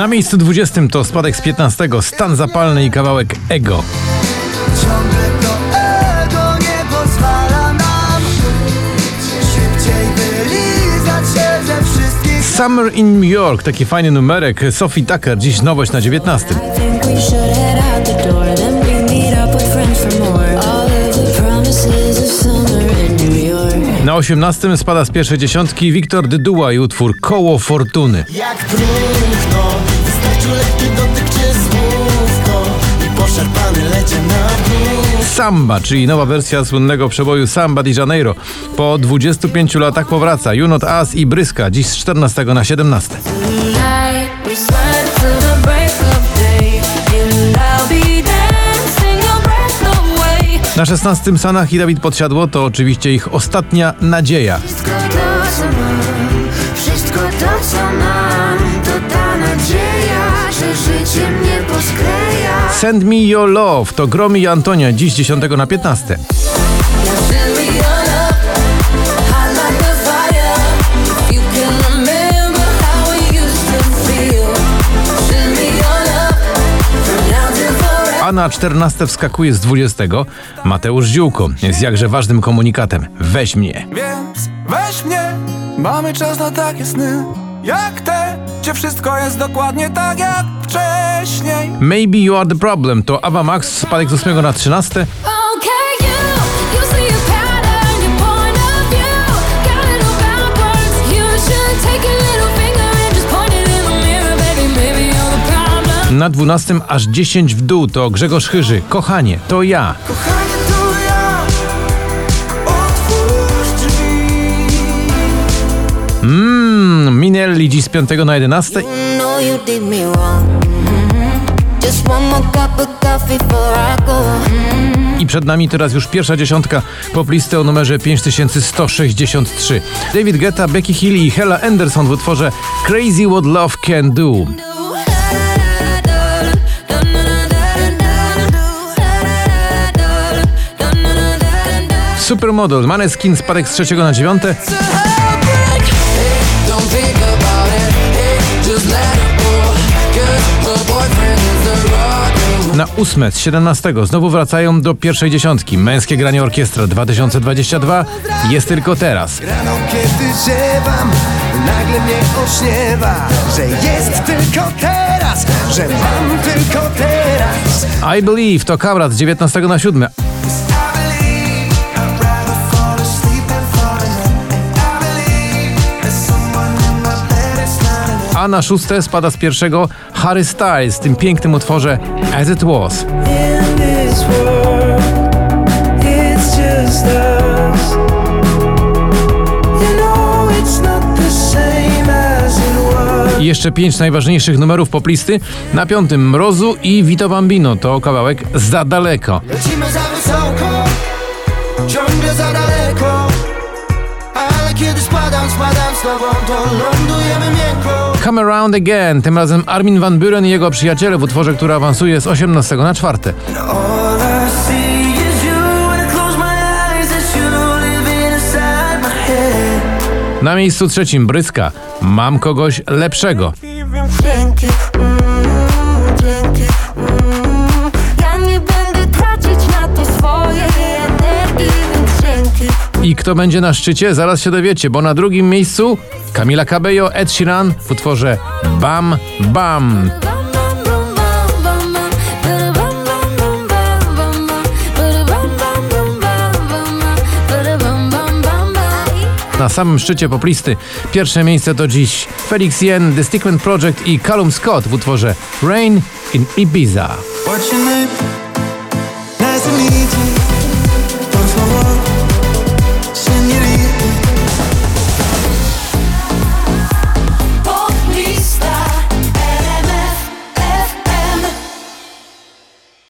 Na miejscu 20 to spadek z 15. Stan zapalny i kawałek Ego. Ciągle to ego nie pozwala nam szybciej wylizać się ze wszystkich. Summer in New York, taki fajny numerek. Sophie Tucker, dziś nowość na 19. Na 18 spada z pierwszej dziesiątki Wiktor Dyduła i utwór Koło Fortuny. Jak trudno, wystarczy lekki dotyk czy słówko i poszarpany lecie na dół. Samba, czyli nowa wersja słynnego przeboju Samba de Janeiro. Po 25 latach powraca You Not Us i Bryska, dziś z 14 na 17. Na 16 Sanach i Dawid Podsiadło to oczywiście ich ostatnia nadzieja. Wszystko to co mam, to ta nadzieja, że życie mnie poskleja. Send Me Your Love to Gromi i Antonia, dziś z 10 na 15. A na 14 wskakuje z 20 Mateusz Ziółko z jakże ważnym komunikatem. Weź mnie. Więc weź mnie, mamy czas na takie sny jak te, gdzie wszystko jest dokładnie tak jak wcześniej. Maybe You Are The Problem to Ava Max, spadek z 8 na 13. Na 12 aż 10 w dół to Grzegorz Chyży. Kochanie, to ja. Kochanie, to ja, otwórz drzwi. Minelli dziś z 5 na 11. I przed nami teraz już pierwsza dziesiątka poplisty o numerze 5163. David Guetta, Becky Hill i Hella Anderson w utworze Crazy What Love Can Do. Supermodel, Maneskin, spadek z 3 na 9. Na 8 z 17 znowu wracają do pierwszej dziesiątki. Męskie granie orkiestra 2022 jest tylko teraz. Rano kiedy ziewam, nagle mnie ośniewa, że jest tylko teraz, że mam tylko teraz. I Believe to Kamrat z 19 na 7. A na 6 spada z pierwszego Harry Styles w tym pięknym utworze As It Was. I jeszcze 5 najważniejszych numerów poplisty. Na 5 Mrozu i Vito Bambino to kawałek Za Daleko. Lecimy za wysoko, ciągle za daleko, ale kiedy spadam z tobą, to lądujemy miękko. Come Around Again, tym razem Armin van Buuren i jego przyjaciele w utworze, który awansuje z 18 na 4. Na miejscu 3 Bryska, Mam kogoś lepszego. Ja nie będę tracić na to swojej energii, więc dzięki. I kto będzie na szczycie? Zaraz się dowiecie, bo na drugim miejscu Camila Cabello, Ed Sheeran w utworze Bam Bam. Na samym szczycie poplisty pierwsze miejsce to dziś Felix Jen, The Stickman Project i Callum Scott w utworze Rain in Ibiza. Watching the